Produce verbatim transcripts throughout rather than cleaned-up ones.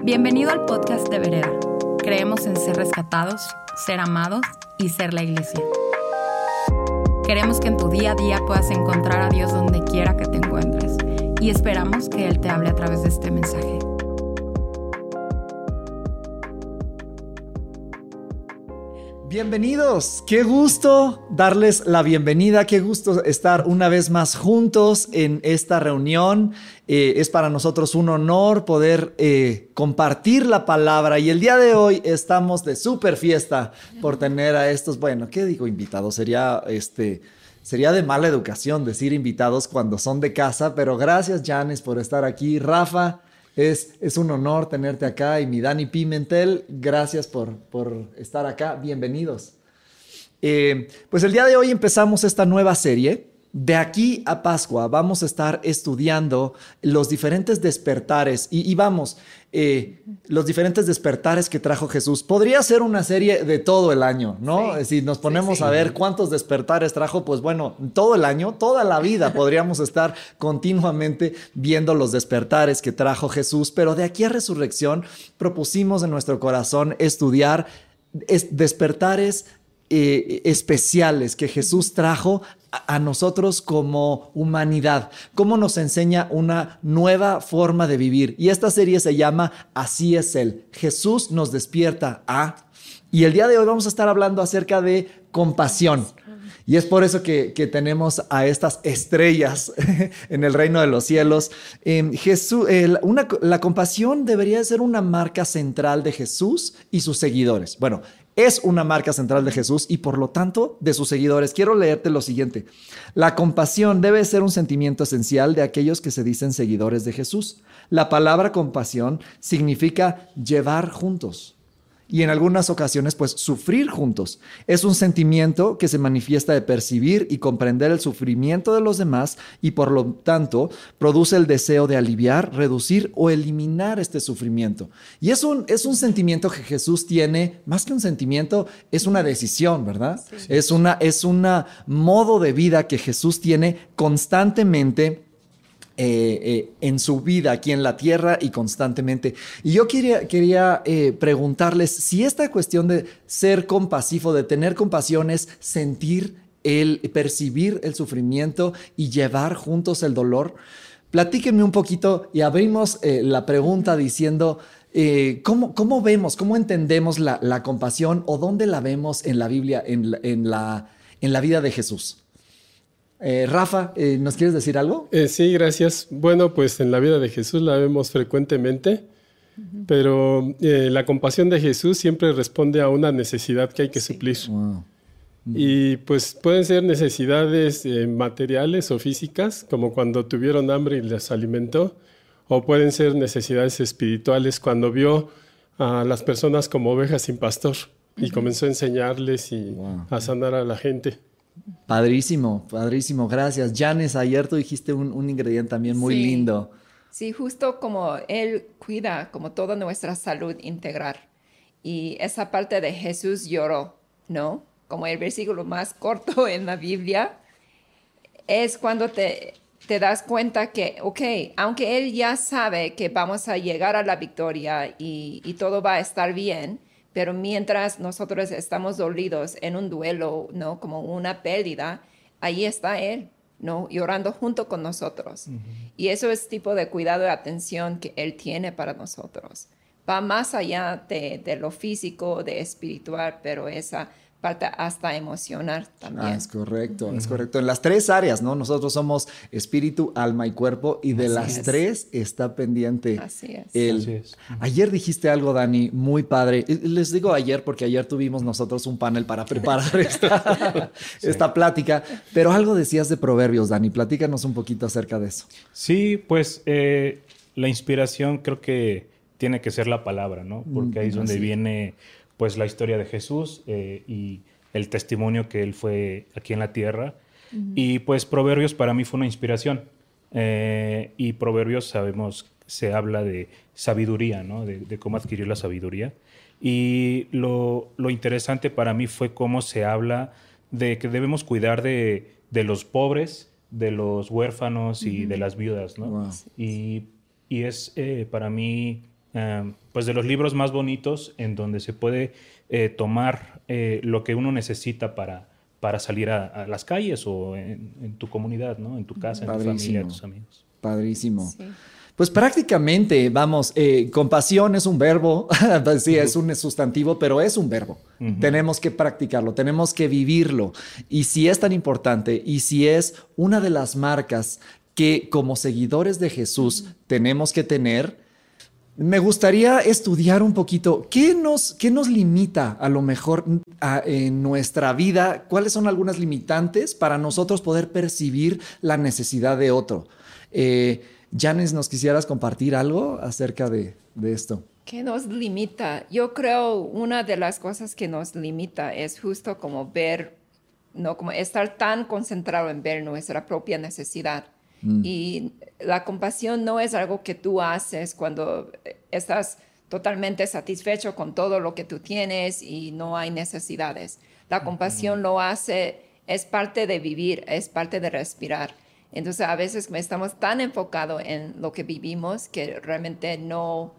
Bienvenido al podcast de Vereda. Creemos en ser rescatados, ser amados y ser la iglesia. Queremos que en tu día a día puedas encontrar a Dios donde quiera que te encuentres y esperamos que Él te hable a través de este mensaje. Bienvenidos, qué gusto darles la bienvenida, qué gusto estar una vez más juntos en esta reunión. Eh, es para nosotros un honor poder eh, compartir la palabra y el día de hoy estamos de súper fiesta por tener a estos, bueno, ¿qué digo invitados? Sería, este, sería de mala educación decir invitados cuando son de casa, pero gracias Janes por estar aquí, Rafa. Es, es un honor tenerte acá y mi Dani Pimentel, gracias por, por estar acá, bienvenidos. Eh, pues el día de hoy empezamos esta nueva serie. De aquí a Pascua vamos a estar estudiando los diferentes despertares y, y vamos, eh, los diferentes despertares que trajo Jesús. Podría ser una serie de todo el año, ¿no? Sí. Si nos ponemos sí, sí. a ver cuántos despertares trajo, pues bueno, todo el año, toda la vida podríamos estar continuamente viendo los despertares que trajo Jesús. Pero de aquí a resurrección propusimos en nuestro corazón estudiar es, despertares eh, especiales que Jesús trajo a nosotros como humanidad, cómo nos enseña una nueva forma de vivir. Y esta serie se llama Así es Él. Jesús nos despierta a... Y el día de hoy vamos a estar hablando acerca de compasión. Y es por eso que, que tenemos a estas estrellas en el reino de los cielos. Eh, Jesús, eh, una, la compasión debería ser una marca central de Jesús y sus seguidores. Bueno, es una marca central de Jesús y por lo tanto de sus seguidores. Quiero leerte lo siguiente. La compasión debe ser un sentimiento esencial de aquellos que se dicen seguidores de Jesús. La palabra compasión significa llevar juntos. Y en algunas ocasiones, pues, sufrir juntos. Es un sentimiento que se manifiesta de percibir y comprender el sufrimiento de los demás y, por lo tanto, produce el deseo de aliviar, reducir o eliminar este sufrimiento. Y es un, es un sentimiento que Jesús tiene, más que un sentimiento, es una decisión, ¿verdad? Sí. Es una, es una modo de vida que Jesús tiene constantemente Eh, eh, en su vida aquí en la tierra y constantemente. Y yo quería, quería eh, preguntarles si esta cuestión de ser compasivo, de tener compasión es sentir, el, percibir el sufrimiento y llevar juntos el dolor. Platíquenme un poquito y abrimos eh, la pregunta diciendo eh, ¿cómo, ¿cómo vemos, cómo entendemos la, la compasión o dónde la vemos en la Biblia, en, en, la, en la vida de Jesús? Eh, Rafa, eh, ¿nos quieres decir algo? Eh, sí, gracias. Bueno, pues en la vida de Jesús la vemos frecuentemente, uh-huh. pero eh, la compasión de Jesús siempre responde a una necesidad que hay que sí. suplir. Wow. Uh-huh. Y pues pueden ser necesidades eh, materiales o físicas, como cuando tuvieron hambre y les alimentó, o pueden ser necesidades espirituales, cuando vio a las personas como ovejas sin pastor uh-huh. y comenzó a enseñarles y wow. a sanar a la gente. Padrísimo, padrísimo, gracias. Janes, ayer tú dijiste un, un ingrediente también muy sí, lindo. Sí, justo como Él cuida como toda nuestra salud integral. Y esa parte de Jesús lloró, ¿no? Como el versículo más corto en la Biblia, es cuando te, te das cuenta que, ok, aunque Él ya sabe que vamos a llegar a la victoria y, y todo va a estar bien, pero mientras nosotros estamos dolidos en un duelo, ¿no? Como una pérdida, ahí está Él, ¿no? Llorando junto con nosotros. Uh-huh. Y eso es tipo de cuidado y atención que Él tiene para nosotros. Va más allá de, de lo físico, de espiritual, pero esa parte hasta emocional también. Ah, es correcto, uh-huh. es correcto. En las tres áreas, ¿no? Nosotros somos espíritu, alma y cuerpo y de Así las es. tres está pendiente. Así es. El... Así es. Uh-huh. Ayer dijiste algo, Dani, muy padre. Les digo ayer porque ayer tuvimos nosotros un panel para preparar esta, sí. esta plática, pero algo decías de Proverbios, Dani. Platícanos un poquito acerca de eso. Sí, pues eh, la inspiración creo que tiene que ser la palabra, ¿no? Porque ahí es donde Así. viene pues la historia de Jesús eh, y el testimonio que él fue aquí en la tierra. Uh-huh. Y pues Proverbios para mí fue una inspiración. Eh, y Proverbios, sabemos, se habla de sabiduría, ¿no? De, de cómo adquirir la sabiduría. Y lo, lo interesante para mí fue cómo se habla de que debemos cuidar de, de los pobres, de los huérfanos uh-huh. y de las viudas, ¿no? Wow. Y, y es eh, para mí eh, pues de los libros más bonitos en donde se puede eh, tomar eh, lo que uno necesita para, para salir a, a las calles o en, en tu comunidad, ¿no? En tu casa, en tu familia, en tus amigos. Padrísimo. Sí. Pues prácticamente, vamos, eh, compasión es un verbo, sí, es un sustantivo, pero es un verbo. Uh-huh. Tenemos que practicarlo, tenemos que vivirlo. Y si es tan importante y si es una de las marcas que como seguidores de Jesús uh-huh. tenemos que tener, me gustaría estudiar un poquito qué nos, qué nos limita a lo mejor a, en nuestra vida, cuáles son algunas limitantes para nosotros poder percibir la necesidad de otro. Eh, Janice, ¿nos quisieras compartir algo acerca de, de esto? ¿Qué nos limita? Yo creo una de las cosas que nos limita es justo como ver, ¿no? Como estar tan concentrado en ver nuestra propia necesidad. Mm. Y la compasión no es algo que tú haces cuando estás totalmente satisfecho con todo lo que tú tienes y no hay necesidades. La compasión mm. lo hace, es parte de vivir, es parte de respirar. Entonces, a veces estamos tan enfocados en lo que vivimos que realmente no,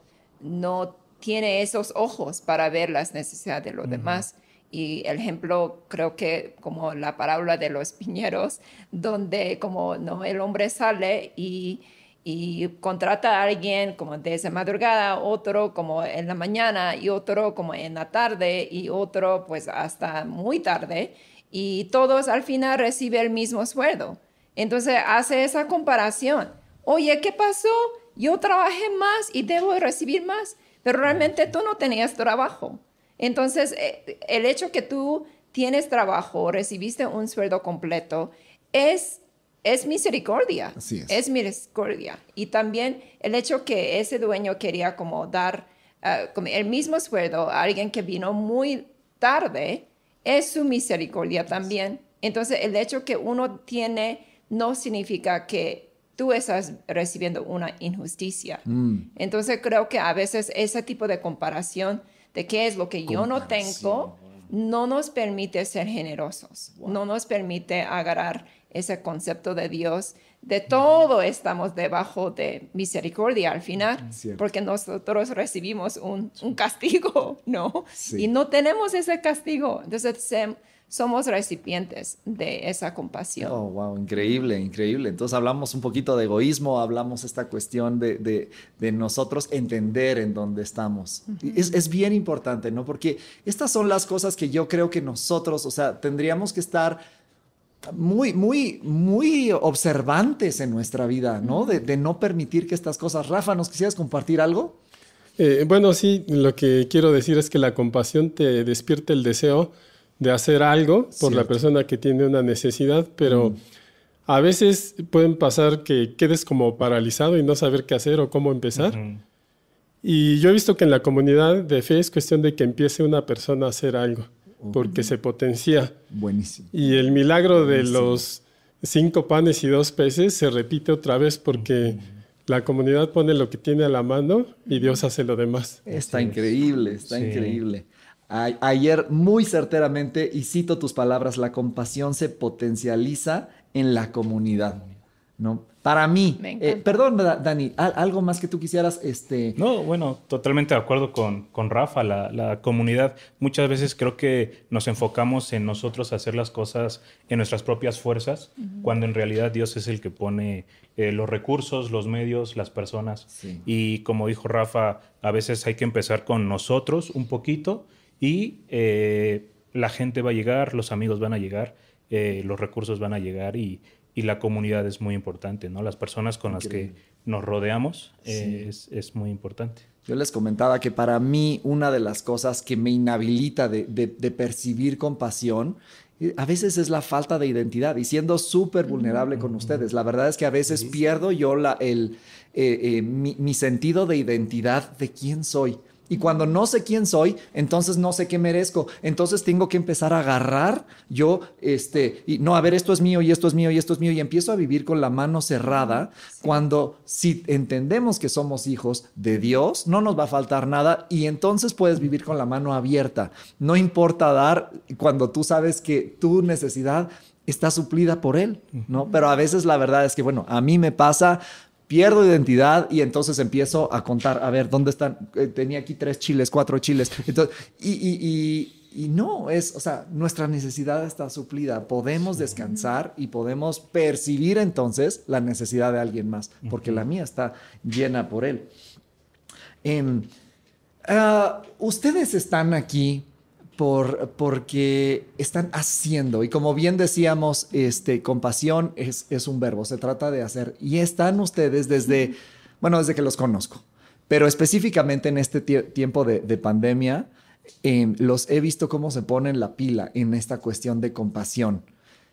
no tiene esos ojos para ver las necesidades de los uh-huh. demás. Y el ejemplo, creo que como la parábola de los piñeros, donde como no el hombre sale y, y contrata a alguien como desde madrugada, otro como en la mañana y otro como en la tarde y otro pues hasta muy tarde. Y todos al final reciben el mismo sueldo. Entonces hace esa comparación. Oye, ¿qué pasó? Yo trabajé más y debo recibir más, pero realmente tú no tenías trabajo. Entonces, el hecho que tú tienes trabajo, recibiste un sueldo completo, es, es misericordia. Así es. Es misericordia. Y también el hecho que ese dueño quería como dar uh, como el mismo sueldo a alguien que vino muy tarde, es su misericordia también. Entonces, el hecho que uno tiene no significa que tú estás recibiendo una injusticia. Mm. Entonces creo que a veces ese tipo de comparación de qué es lo que yo no tengo no nos permite ser generosos, wow. no nos permite agarrar ese concepto de Dios. De todo estamos debajo de misericordia al final, Cierto. Porque nosotros recibimos un, un castigo, ¿no? Sí. Y no tenemos ese castigo. Entonces se, somos recipientes de esa compasión. Oh, wow, increíble, increíble. Entonces hablamos un poquito de egoísmo, hablamos esta cuestión de, de, de nosotros entender en dónde estamos. Uh-huh. Es, es bien importante, ¿no? Porque estas son las cosas que yo creo que nosotros, o sea, tendríamos que estar muy, muy, muy observantes en nuestra vida, ¿no? De, de no permitir que estas cosas... Rafa, ¿nos quisieras compartir algo? Eh, bueno, sí, lo que quiero decir es que la compasión te despierta el deseo de hacer algo por Cierto. La persona que tiene una necesidad, pero mm. a veces pueden pasar que quedes como paralizado y no saber qué hacer o cómo empezar. Uh-huh. Y yo he visto que en la comunidad de fe es cuestión de que empiece una persona a hacer algo, uh-huh. porque se potencia. Buenísimo. Y el milagro Buenísimo. De los cinco panes y dos peces se repite otra vez porque... Uh-huh. La comunidad pone lo que tiene a la mano y Dios hace lo demás. Está increíble, está sí. increíble. A- ayer muy certeramente, y cito tus palabras, la compasión se potencializa en la comunidad, ¿no? Para mí, eh, perdón, Dani, ¿algo más que tú quisieras? Este... No, bueno, totalmente de acuerdo con, con Rafa. La, la comunidad, muchas veces creo que nos enfocamos en nosotros hacer las cosas en nuestras propias fuerzas, uh-huh. cuando en realidad Dios es el que pone eh, los recursos, los medios, las personas. Sí. Y como dijo Rafa, a veces hay que empezar con nosotros un poquito y eh, la gente va a llegar, los amigos van a llegar, eh, los recursos van a llegar y... Y la comunidad es muy importante, ¿no? Las personas con Increíble. Las que nos rodeamos eh, sí. es, es muy importante. Yo les comentaba que para mí una de las cosas que me inhabilita de, de, de percibir compasión a veces es la falta de identidad. Y siendo súper vulnerable mm-hmm. con ustedes, la verdad es que a veces sí. pierdo yo la, el, eh, eh, mi, mi sentido de identidad de quién soy. Y cuando no sé quién soy, entonces no sé qué merezco. Entonces tengo que empezar a agarrar yo, este, y no, a ver, esto es mío y esto es mío y esto es mío. Y empiezo a vivir con la mano cerrada. Sí. Cuando si entendemos que somos hijos de Dios, no nos va a faltar nada. Y entonces puedes vivir con la mano abierta. No importa dar cuando tú sabes que tu necesidad está suplida por Él, ¿no? Pero a veces la verdad es que, bueno, a mí me pasa... pierdo identidad y entonces empiezo a contar, a ver, ¿dónde están? Eh, tenía aquí tres chiles, cuatro chiles. Entonces, y, y, y, y no, es, o sea, nuestra necesidad está suplida. Podemos descansar y podemos percibir entonces la necesidad de alguien más, porque uh-huh. la mía está llena por él. Eh, uh, ustedes están aquí Por, porque están haciendo, y como bien decíamos, este, compasión es, es un verbo, se trata de hacer, y están ustedes desde, bueno, desde que los conozco, pero específicamente en este tie- tiempo de, de pandemia, eh, los he visto cómo se ponen la pila en esta cuestión de compasión.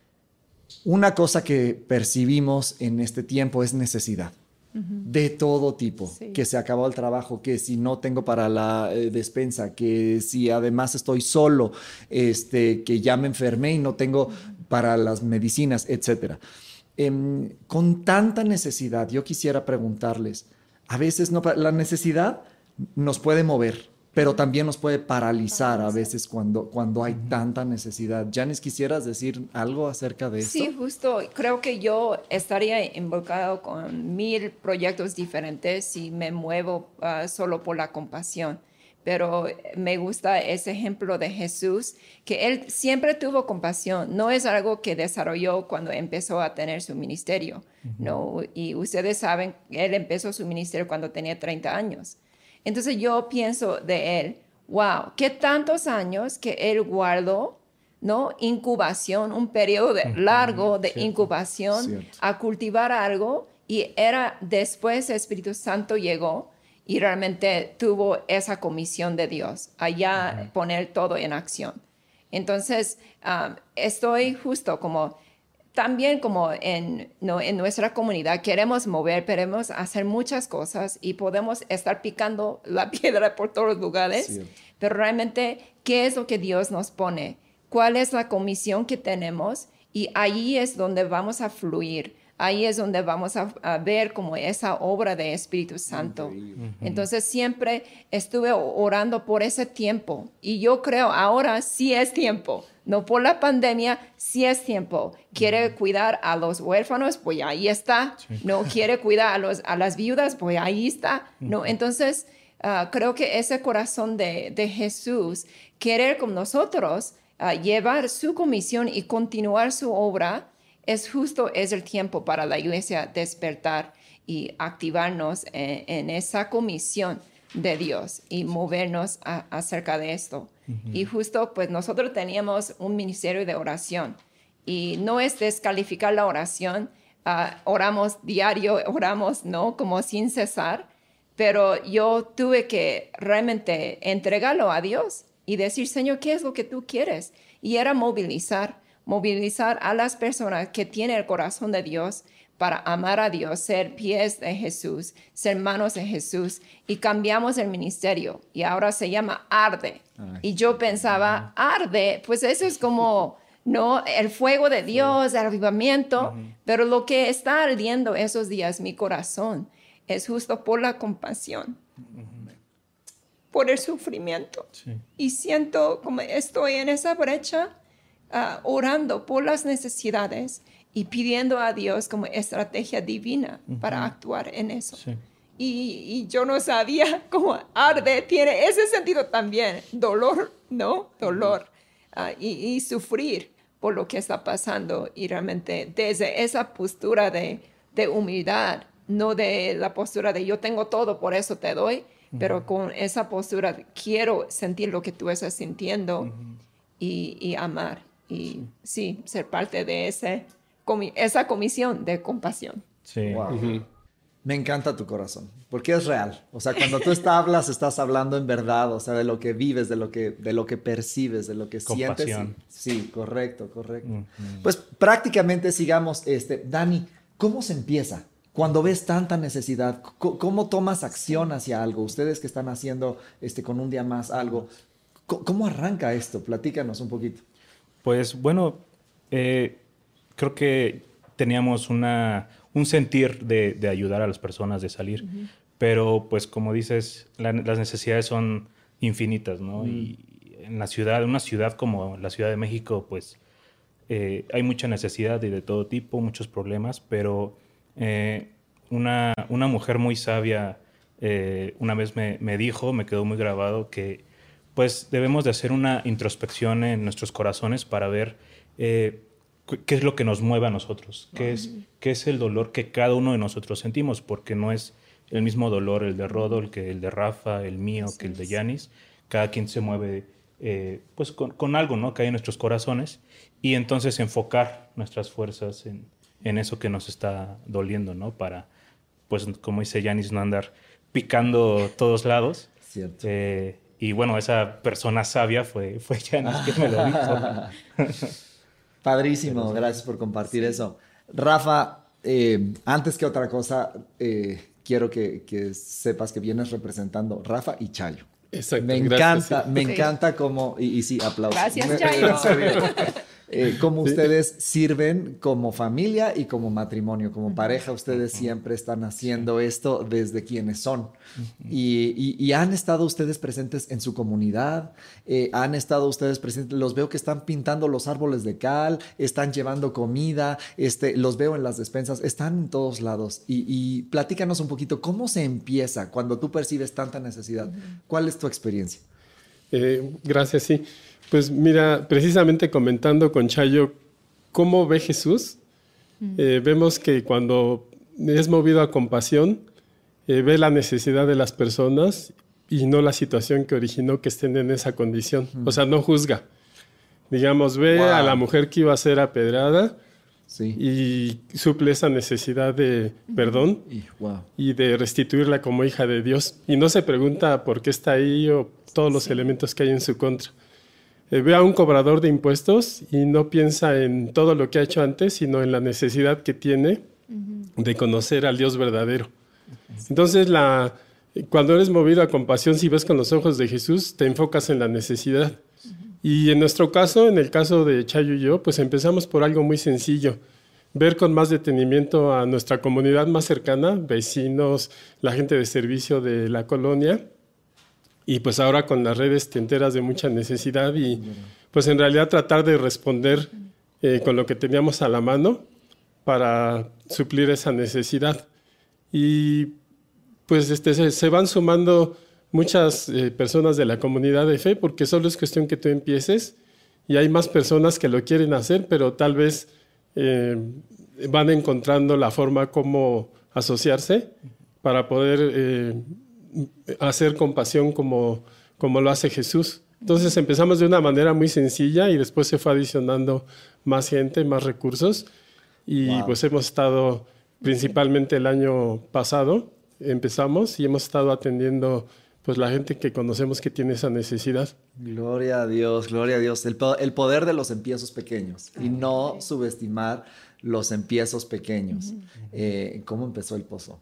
Una cosa que percibimos en este tiempo es necesidad. Uh-huh. De todo tipo, sí. Que se acabó el trabajo, que si no tengo para la eh, despensa, que si además estoy solo, este, que ya me enfermé y no tengo uh-huh. para las medicinas, etcétera. Eh, con tanta necesidad, yo quisiera preguntarles, a veces no, la necesidad nos puede mover, pero también nos puede paralizar a veces cuando, cuando hay tanta necesidad. Janice, ¿quisieras decir algo acerca de esto? Sí, justo. Creo que yo estaría involucrado con mil proyectos diferentes si me muevo uh, solo por la compasión. Pero me gusta ese ejemplo de Jesús, que él siempre tuvo compasión. No es algo que desarrolló cuando empezó a tener su ministerio, uh-huh. ¿no? Y ustedes saben, él empezó su ministerio cuando tenía treinta años. Entonces yo pienso de él, wow, qué tantos años que él guardó, ¿no? Incubación, un periodo de, largo de Cierto. incubación Cierto. a cultivar algo, y era después el Espíritu Santo llegó y realmente tuvo esa comisión de Dios, allá uh-huh. poner todo en acción. Entonces um, estoy justo como... También como en, ¿no? en nuestra comunidad queremos mover, queremos hacer muchas cosas y podemos estar picando la piedra por todos los lugares, sí. pero realmente, ¿qué es lo que Dios nos pone? ¿Cuál es la comisión que tenemos? Y ahí es donde vamos a fluir, ahí es donde vamos a, a ver como esa obra de Espíritu Santo. Uh-huh. Entonces siempre estuve orando por ese tiempo y yo creo ahora sí es tiempo. No por la pandemia, sí es tiempo. Quiere cuidar a los huérfanos, pues ahí está. Sí. No quiere cuidar a, los, a las viudas, pues ahí está. No, entonces, uh, creo que ese corazón de, de Jesús, querer con nosotros, uh, llevar su comisión y continuar su obra, es justo, es el tiempo para la iglesia despertar y activarnos en, en esa comisión de Dios y movernos a, acerca de esto. Uh-huh. Y justo, pues nosotros teníamos un ministerio de oración y no es descalificar la oración, uh, oramos diario, oramos, ¿no? Como sin cesar, pero yo tuve que realmente entregarlo a Dios y decir, Señor, ¿qué es lo que tú quieres? Y era movilizar, movilizar a las personas que tienen el corazón de Dios para amar a Dios, ser pies de Jesús, ser manos de Jesús, y cambiamos el ministerio y ahora se llama Arde. Ay, y yo pensaba, Arde, pues eso es como, ¿no? El fuego de Dios, el avivamiento, uh-huh. pero lo que está ardiendo esos días, mi corazón, es justo por la compasión, uh-huh. por el sufrimiento. Sí. Y siento como estoy en esa brecha, uh, orando por las necesidades, y pidiendo a Dios como estrategia divina uh-huh. para actuar en eso. Sí. Y, y yo no sabía cómo Arde tiene ese sentido también, dolor, ¿no? Dolor uh-huh. uh, y, y sufrir por lo que está pasando. Y realmente desde esa postura de, de humildad, no de la postura de yo tengo todo, por eso te doy, uh-huh. pero con esa postura de quiero sentir lo que tú estás sintiendo uh-huh. y, y amar. Y sí. sí, ser parte de ese... esa comisión de compasión. Sí. Wow. Uh-huh. Me encanta tu corazón, porque es real. O sea, cuando tú estás, hablas, estás hablando en verdad, o sea, de lo que vives, de lo que, de lo que percibes, de lo que compasión. Sientes. Sí, correcto, correcto. Uh-huh. Pues prácticamente sigamos, este, Dani, ¿cómo se empieza? Cuando ves tanta necesidad, ¿cómo, cómo tomas acción hacia algo? Ustedes que están haciendo este, con un día más algo, ¿cómo, cómo arranca esto? Platícanos un poquito. Pues bueno, eh, creo que teníamos una, un sentir de, de ayudar a las personas, de salir. Uh-huh. Pero, pues, como dices, la, las necesidades son infinitas, ¿no? Uh-huh. Y en la ciudad, en una ciudad como la Ciudad de México, pues, eh, hay mucha necesidad y de todo tipo, muchos problemas. Pero eh, una, una mujer muy sabia eh, una vez me, me dijo, me quedó muy grabado, que pues debemos de hacer una introspección en nuestros corazones para ver eh, qué es lo que nos mueve a nosotros, qué es, qué es el dolor que cada uno de nosotros sentimos, porque no es el mismo dolor el de Rodo, el, que el de Rafa, el mío, que el de Yanis. Cada quien se mueve eh, pues con, con algo, ¿no?, que hay en nuestros corazones, y entonces enfocar nuestras fuerzas en, en eso que nos está doliendo, ¿no? Para, pues como dice Yanis, no andar picando todos lados. Cierto. Eh, y bueno, esa persona sabia fue, fue Yanis que me lo dijo. Padrísimo, Pero, gracias por compartir sí. eso. Rafa, eh, antes que otra cosa, eh, quiero que, que sepas que vienes representando Rafa y Chayo. Exacto. Me Gracias, encanta, sí. me Sí. encanta cómo, y, y sí, aplausos. Gracias, Me- Chayo. en serio. Eh, cómo Sí. ustedes sirven como familia y como matrimonio, como pareja, ustedes siempre están haciendo esto desde quienes son. Y, y- y han estado ustedes presentes en su comunidad, eh, han estado ustedes presentes, los veo que están pintando los árboles de cal, están llevando comida, este, los veo en las despensas, están en todos lados. Y, y platícanos un poquito, ¿cómo se empieza cuando tú percibes tanta necesidad? ¿Cuál es tu experiencia? Eh, gracias, sí. Pues mira, precisamente comentando con Chayo cómo ve Jesús, eh, vemos que cuando es movido a compasión, eh, ve la necesidad de las personas y no la situación que originó que estén en esa condición. O sea, no juzga. Digamos, ve Wow. a la mujer que iba a ser apedrada Sí. y suple esa necesidad de perdón Y, wow. y de restituirla como hija de Dios. Y no se pregunta por qué está ahí o todos los elementos que hay en su contra. Eh, ve a un cobrador de impuestos y no piensa en todo lo que ha hecho antes, sino en la necesidad que tiene de conocer al Dios verdadero. Entonces, la, cuando eres movido a compasión, si ves con los ojos de Jesús, te enfocas en la necesidad. Y en nuestro caso, en el caso de Chayo y yo, pues empezamos por algo muy sencillo. Ver con más detenimiento a nuestra comunidad más cercana, vecinos, la gente de servicio de la colonia. Y pues ahora con las redes te enteras de mucha necesidad y pues en realidad tratar de responder eh, con lo que teníamos a la mano para suplir esa necesidad. Y pues este, se, se van sumando muchas eh, personas de la comunidad de fe porque solo es cuestión que tú empieces y hay más personas que lo quieren hacer, pero tal vez eh, van encontrando la forma como asociarse para poder eh, hacer compasión como, como lo hace Jesús. Entonces empezamos de una manera muy sencilla y después se fue adicionando más gente, más recursos y Wow. pues hemos estado principalmente el año pasado, empezamos y hemos estado atendiendo pues la gente que conocemos que tiene esa necesidad. Gloria a Dios, gloria a Dios. El, po- el poder de los empiezos pequeños y no subestimar los empiezos pequeños. Eh, ¿Cómo empezó el pozo?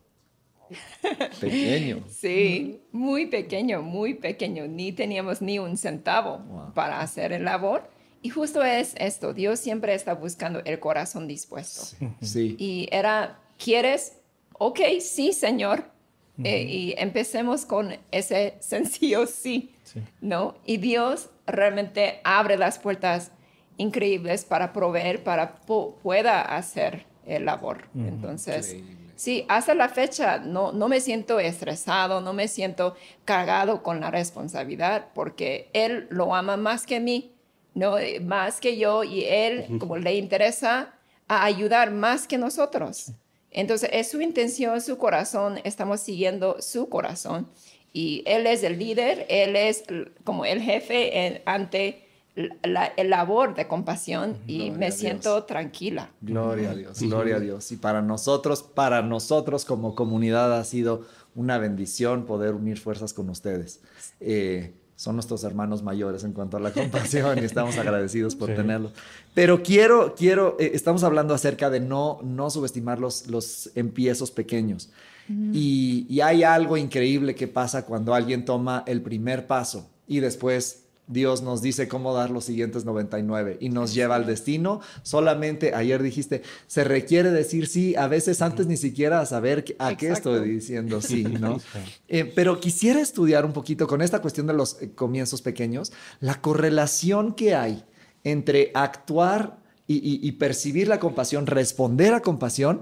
Pequeño. Sí, muy pequeño, muy pequeño. Ni teníamos ni un centavo Wow. para hacer el labor. Y justo es esto, Dios siempre está buscando el corazón dispuesto. Sí. Y era, ¿quieres? Ok, sí, Señor. Eh, y empecemos con ese sencillo sí, Sí. ¿no? Y Dios realmente abre las puertas increíbles para proveer, para po- pueda hacer el labor. Entonces, Increíble. sí, hasta la fecha no, no me siento estresado, no me siento cargado con la responsabilidad porque Él lo ama más que mí, ¿no? Eh, más que yo, y Él como le interesa a ayudar más que nosotros. Entonces, es su intención, su corazón, estamos siguiendo su corazón. Y Él es el líder, Él es l- como el jefe en- ante la, el labor de compasión y Gloria me a siento Dios. tranquila. Gloria a Dios, gloria a Dios. Y para nosotros, para nosotros como comunidad ha sido una bendición poder unir fuerzas con ustedes. Eh, son nuestros hermanos mayores en cuanto a la compasión y estamos agradecidos por Sí. tenerlos. Pero quiero, quiero, eh, estamos hablando acerca de no, no subestimar los, los empiezos pequeños. Y, y hay algo increíble que pasa cuando alguien toma el primer paso y después Dios nos dice cómo dar los siguientes noventa y nueve y nos lleva al destino. Solamente, ayer dijiste, se requiere decir sí, a veces antes ni siquiera saber que- a qué Exacto. estoy diciendo sí, ¿no? Sí. Eh, pero quisiera estudiar un poquito con esta cuestión de los eh, comienzos pequeños, la correlación que hay entre actuar y, y- y percibir la compasión, responder a compasión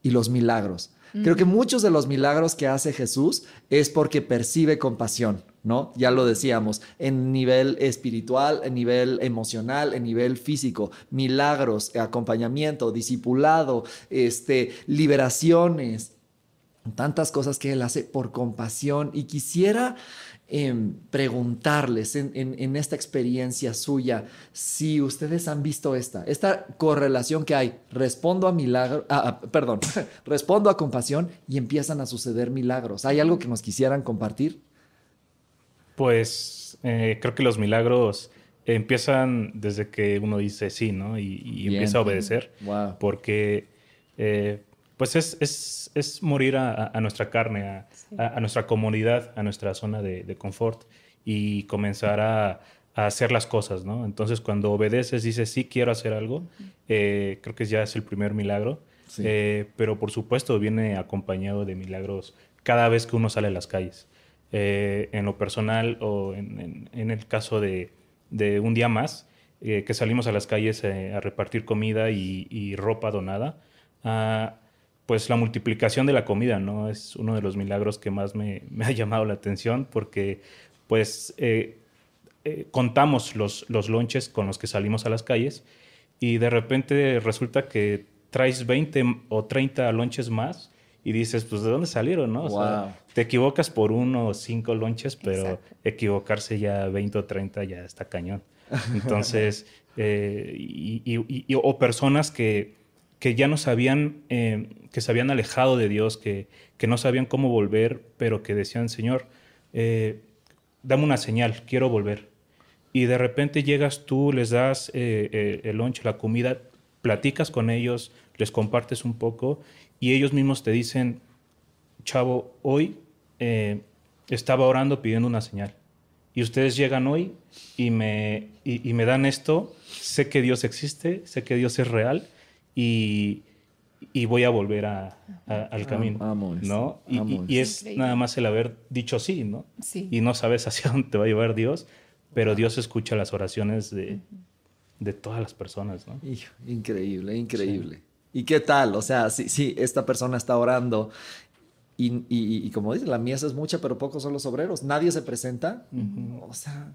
y los milagros. Mm. Creo que muchos de los milagros que hace Jesús es porque percibe compasión, ¿no? Ya lo decíamos, en nivel espiritual, en nivel emocional, en nivel físico, milagros, acompañamiento, discipulado, este, liberaciones, tantas cosas que Él hace por compasión. Y quisiera eh, preguntarles en, en, en esta experiencia suya, si ustedes han visto esta, esta correlación que hay, respondo a milagro, ah, ah, perdón, respondo a compasión y empiezan a suceder milagros. ¿Hay algo que nos quisieran compartir? Pues eh, creo que los milagros empiezan desde que uno dice sí, ¿no? Y, y empieza a obedecer. Wow. Porque eh, pues es, es, es morir a, a nuestra carne, a, sí. a, a nuestra comodidad, a nuestra zona de, de confort y comenzar a, a hacer las cosas, ¿no? Entonces cuando obedeces, dices sí quiero hacer algo, eh, creo que ya es el primer milagro. Sí. Eh, pero por supuesto viene acompañado de milagros cada vez que uno sale a las calles. Eh, en lo personal o en, en, en el caso de, de un día más, eh, que salimos a las calles eh, a repartir comida y, y ropa donada, uh, pues la multiplicación de la comida, ¿no? Es uno de los milagros que más me, me ha llamado la atención porque pues eh, eh, contamos los, los lonches con los que salimos a las calles y de repente resulta que traes veinte o treinta lonches más y dices, pues, ¿de dónde salieron, no? O wow. sea, te equivocas por uno o cinco lonches, pero exacto. equivocarse ya veinte o treinta ya está cañón. Entonces, eh, y, y, y, o personas que, que ya no sabían, eh, que se habían alejado de Dios, que, que no sabían cómo volver, pero que decían, Señor, eh, dame una señal, quiero volver. Y de repente llegas tú, les das eh, eh, el lonche, la comida, platicas con ellos, les compartes un poco y ellos mismos te dicen, chavo, hoy eh, estaba orando pidiendo una señal y ustedes llegan hoy y me, y, y me dan esto, sé que Dios existe, sé que Dios es real y, y voy a volver a, a, al camino, amo, ¿no? Y, amo y, y es increíble. nada más el haber dicho sí, ¿no? Sí. Y no sabes hacia dónde te va a llevar Dios, pero Dios escucha las oraciones de, de todas las personas, ¿no? Hijo, increíble, increíble. Sí. ¿Y qué tal? O sea, sí, sí, esta persona está orando y, y, y como dice, la mies es mucha, pero pocos son los obreros. Nadie se presenta. Uh-huh. O sea,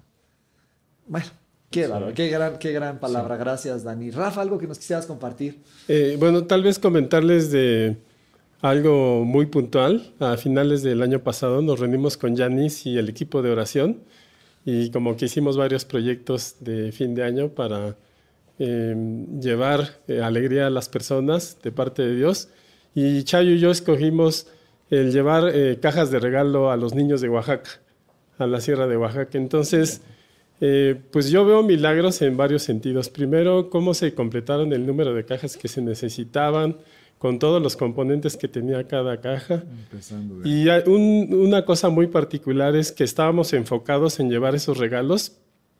bueno, qué, sí. qué, gran, qué gran palabra. Sí. Gracias, Dani. Rafa, ¿algo que nos quisieras compartir? Eh, bueno, tal vez comentarles de algo muy puntual. A finales del año pasado nos reunimos con Yanis y el equipo de oración y como que hicimos varios proyectos de fin de año para Eh, llevar eh, alegría a las personas de parte de Dios. Y Chayo y yo escogimos el llevar eh, cajas de regalo a los niños de Oaxaca, a la Sierra de Oaxaca. Entonces, eh, pues yo veo milagros en varios sentidos. Primero, cómo se completaron el número de cajas que se necesitaban, con todos los componentes que tenía cada caja. Empezando, y un, una cosa muy particular es que estábamos enfocados en llevar esos regalos,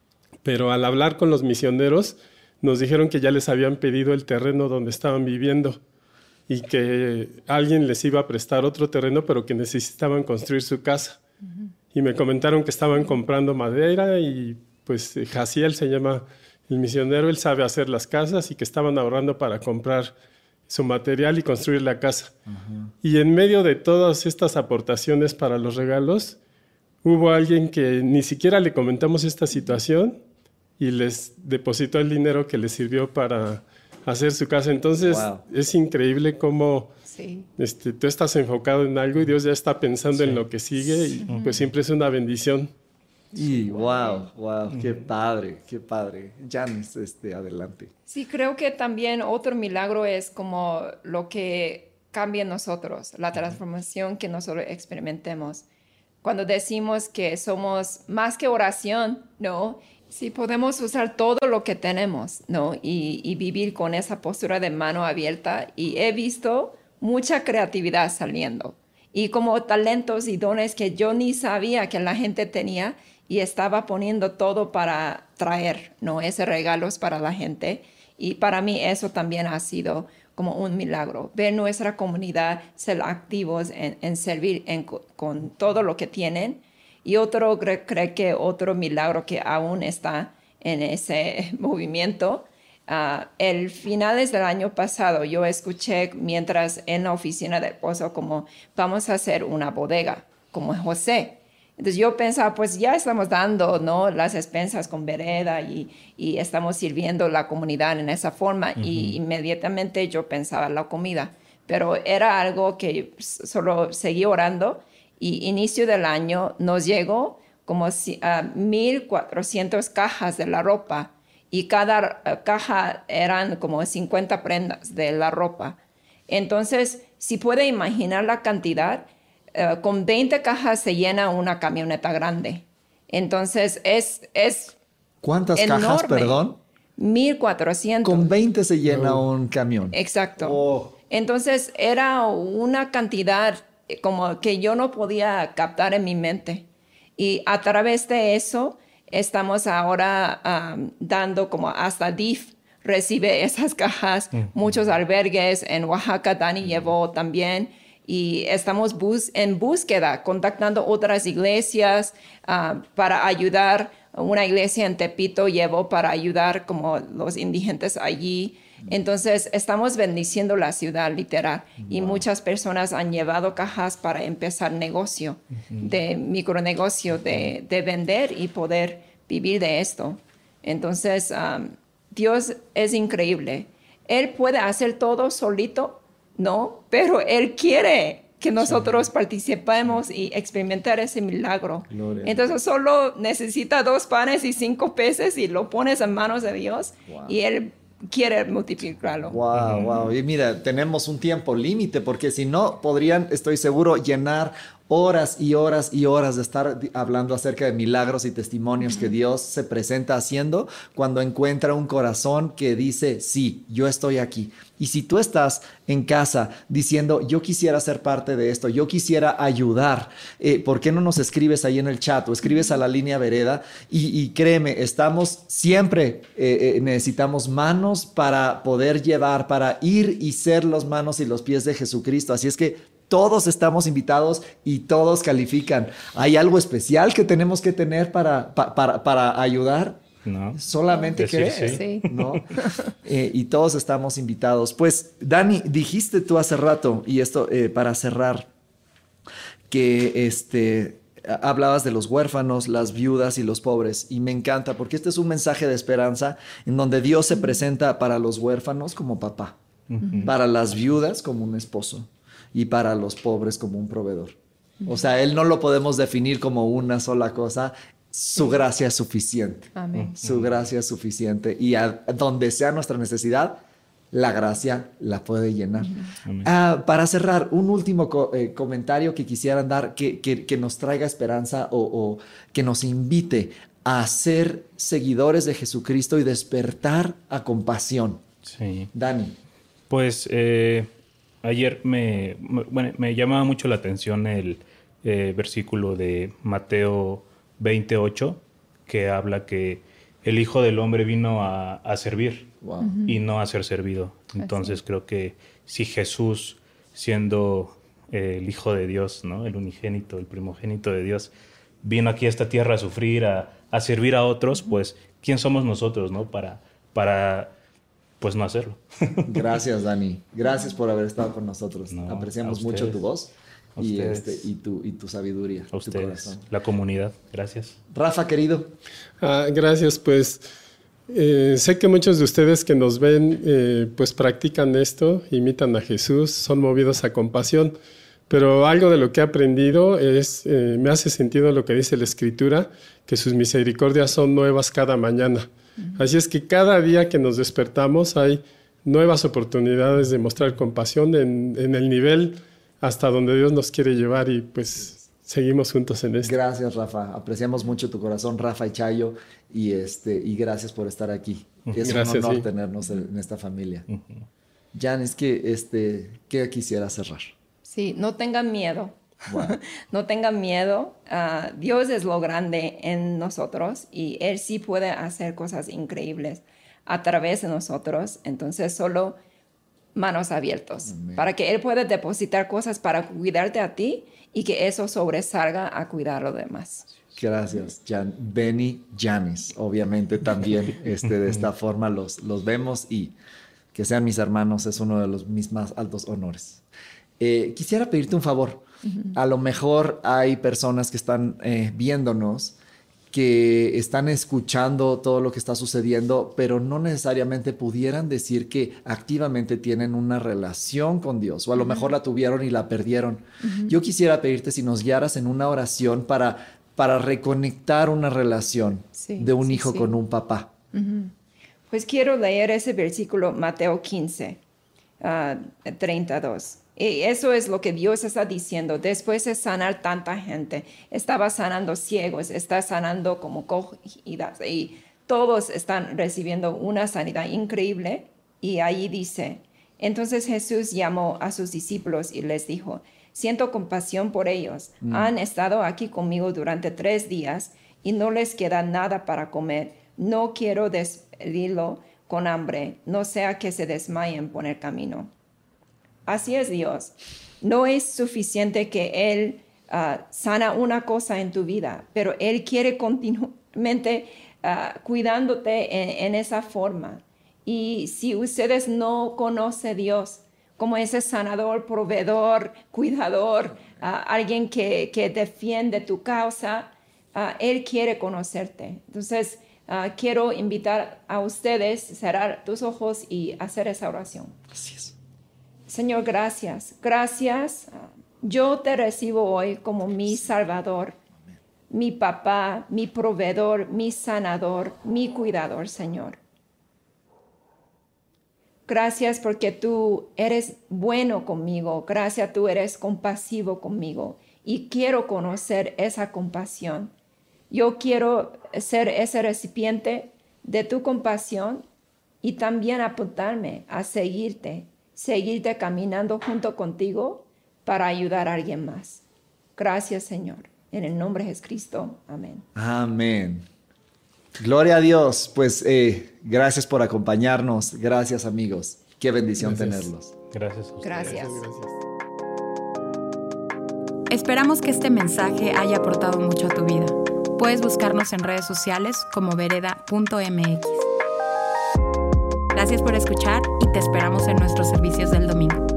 pero al hablar con los misioneros, nos dijeron que ya les habían pedido el terreno donde estaban viviendo y que alguien les iba a prestar otro terreno, pero que necesitaban construir su casa. Uh-huh. Y me comentaron que estaban comprando madera y pues Jaciel se llama el misionero, él sabe hacer las casas y que estaban ahorrando para comprar su material y construir la casa. Uh-huh. Y en medio de todas estas aportaciones para los regalos, hubo alguien que ni siquiera le comentamos esta situación y les depositó el dinero que les sirvió para hacer su casa. Entonces, wow. es increíble cómo sí. este, tú estás enfocado en algo y Dios ya está pensando sí. en lo que sigue y sí. pues siempre es una bendición. Y wow, wow, qué padre, qué padre. Janis, este, adelante. Sí, creo que también otro milagro es como lo que cambia en nosotros, la transformación que nosotros experimentemos. Cuando decimos que somos más que oración, ¿no? Sí, podemos usar todo lo que tenemos, ¿no? Y, y vivir con esa postura de mano abierta. Y he visto mucha creatividad saliendo. Y como talentos y dones que yo ni sabía que la gente tenía y estaba poniendo todo para traer, ¿no? Esos regalos para la gente. Y para mí eso también ha sido como un milagro. Ver nuestra comunidad ser activos en, en servir en, con todo lo que tienen. Y otro, creo, creo que otro milagro que aún está en ese movimiento Uh, el finales del año pasado yo escuché mientras en la oficina del esposo como vamos a hacer una bodega como José. Entonces yo pensaba, pues ya estamos dando, ¿no?, las expensas con vereda y, y estamos sirviendo la comunidad en esa forma. Uh-huh. Y inmediatamente yo pensaba en la comida. Pero era algo que solo seguí orando y inicio del año nos llegó como uh, mil cuatrocientas cajas de la ropa y cada uh, caja eran como cincuenta prendas de la ropa. Entonces, si puede imaginar la cantidad, Uh, con veinte cajas se llena una camioneta grande. Entonces es, es ¿Cuántas enorme. Cajas, perdón? mil cuatrocientas. Con veinte se llena oh. un camión. Exacto. Oh. Entonces era una cantidad como que yo no podía captar en mi mente. Y a través de eso estamos ahora um, dando como hasta D I F recibe esas cajas. Mm. Muchos albergues en Oaxaca, Dani mm. llevó también. Y estamos bus en búsqueda, contactando otras iglesias uh, para ayudar. Una iglesia en Tepito llevó para ayudar como los indigentes allí. Entonces, estamos bendiciendo la ciudad, literal. Wow. Y muchas personas han llevado cajas para empezar negocio, uh-huh. de micronegocio, de, de vender y poder vivir de esto. Entonces, um, Dios es increíble. Él puede hacer todo solito, ¿no? Pero Él quiere que nosotros sí. participemos y experimentar ese milagro. Gloria. Entonces solo necesita dos panes y cinco peces y lo pones en manos de Dios. Wow. Y Él quiere multiplicarlo. Wow, wow. Y mira, tenemos un tiempo límite porque si no podrían, estoy seguro, llenar horas y horas y horas de estar hablando acerca de milagros y testimonios que Dios se presenta haciendo cuando encuentra un corazón que dice, sí, yo estoy aquí. Y si tú estás en casa diciendo, yo quisiera ser parte de esto, yo quisiera ayudar, eh, ¿por qué no nos escribes ahí en el chat o escribes a la línea Vereda? Y, y créeme, estamos siempre, eh, eh, necesitamos manos para poder llevar, para ir y ser las manos y los pies de Jesucristo. Así es que todos estamos invitados y todos califican. ¿Hay algo especial que tenemos que tener para, pa, para, para ayudar? No. Solamente Decir creer, sí. ¿no? eh, y todos estamos invitados. Pues, Dani, dijiste tú hace rato, y esto eh, para cerrar, que este, hablabas de los huérfanos, las viudas y los pobres. Y me encanta, porque este es un mensaje de esperanza en donde Dios se presenta para los huérfanos como papá, uh-huh. para las viudas como un esposo y para los pobres como un proveedor. Uh-huh. O sea, Él no lo podemos definir como una sola cosa. Su gracia es suficiente. Amén. Su gracia es suficiente. Y a donde sea nuestra necesidad, la gracia la puede llenar. Amén. Uh, para cerrar, un último co eh, comentario que quisieran dar que, que, que nos traiga esperanza o, o que nos invite a ser seguidores de Jesucristo y despertar a compasión. Sí. Dani. Pues eh, ayer me, me, bueno, me llamaba mucho la atención el eh, versículo de Mateo veintiocho, que habla que el Hijo del Hombre vino a, a servir, wow. y no a ser servido. Entonces Así. creo que si Jesús, siendo eh, el Hijo de Dios, ¿no?, el unigénito, el primogénito de Dios, vino aquí a esta tierra a sufrir, a, a servir a otros, uh-huh. pues ¿quién somos nosotros, no?, para, para pues no hacerlo? Gracias, Dani. Gracias por haber estado con nosotros. No, apreciamos mucho tu voz. Y, este, y, tu, y tu sabiduría. A ustedes, la comunidad. Gracias. Rafa, querido. Ah, gracias, pues eh, sé que muchos de ustedes que nos ven eh, pues practican esto, imitan a Jesús, son movidos a compasión, pero algo de lo que he aprendido es, eh, me hace sentido lo que dice la Escritura, que sus misericordias son nuevas cada mañana. Uh-huh. Así es que cada día que nos despertamos hay nuevas oportunidades de mostrar compasión en, en el nivel hasta donde Dios nos quiere llevar, y pues seguimos juntos en esto. Gracias, Rafa. Apreciamos mucho tu corazón, Rafa y Chayo, y, este, y gracias por estar aquí. Uh-huh. Es gracias, un honor sí. tenernos en esta familia. Uh-huh. Jan, es que, este, ¿qué quisiera cerrar? Sí, no tengan miedo. Wow. No tengan miedo. Uh, Dios es lo grande en nosotros y Él sí puede hacer cosas increíbles a través de nosotros. Entonces solo manos abiertas, Amén. para que Él pueda depositar cosas para cuidarte a ti y que eso sobresalga a cuidar a los demás. Gracias, Jan, Benny, Janis, obviamente también este, de esta forma los, los vemos y que sean mis hermanos es uno de los mis más altos honores. Eh, quisiera pedirte un favor. Uh-huh. A lo mejor hay personas que están eh, viéndonos, que están escuchando todo lo que está sucediendo, pero no necesariamente pudieran decir que activamente tienen una relación con Dios, o a lo uh-huh. mejor la tuvieron y la perdieron. Uh-huh. Yo quisiera pedirte si nos guiaras en una oración para, para reconectar una relación sí, de un sí, hijo sí. con un papá. Uh-huh. Pues quiero leer ese versículo, Mateo quince, uh, treinta y dos. Y eso es lo que Dios está diciendo. Después de sanar tanta gente, estaba sanando ciegos, está sanando como cogidas y todos están recibiendo una sanidad increíble. Y ahí dice, entonces Jesús llamó a sus discípulos y les dijo, siento compasión por ellos. Mm. Han estado aquí conmigo durante tres días y no les queda nada para comer. No quiero despedirlo con hambre, no sea que se desmayen por el camino. Así es Dios. No es suficiente que Él uh, sana una cosa en tu vida, pero Él quiere continuamente uh, cuidándote en, en esa forma. Y si ustedes no conocen a Dios como ese sanador, proveedor, cuidador, uh, alguien que, que defiende tu causa, uh, Él quiere conocerte. Entonces, uh, quiero invitar a ustedes a cerrar tus ojos y hacer esa oración. Así es. Señor, gracias. Gracias. Yo te recibo hoy como mi Salvador, mi papá, mi proveedor, mi sanador, mi cuidador, Señor. Gracias porque tú eres bueno conmigo. Gracias, tú eres compasivo conmigo. Y quiero conocer esa compasión. Yo quiero ser ese recipiente de tu compasión y también apuntarme a seguirte. Seguirte caminando junto contigo para ayudar a alguien más. Gracias, Señor. En el nombre de Jesucristo. Amén. Amén. Gloria a Dios. Pues eh, gracias por acompañarnos. Gracias, amigos. Qué bendición gracias. tenerlos. Gracias a ustedes. Gracias. Gracias. Esperamos que este mensaje haya aportado mucho a tu vida. Puedes buscarnos en redes sociales como vereda punto m x. Gracias por escuchar y te esperamos en nuestros servicios del domingo.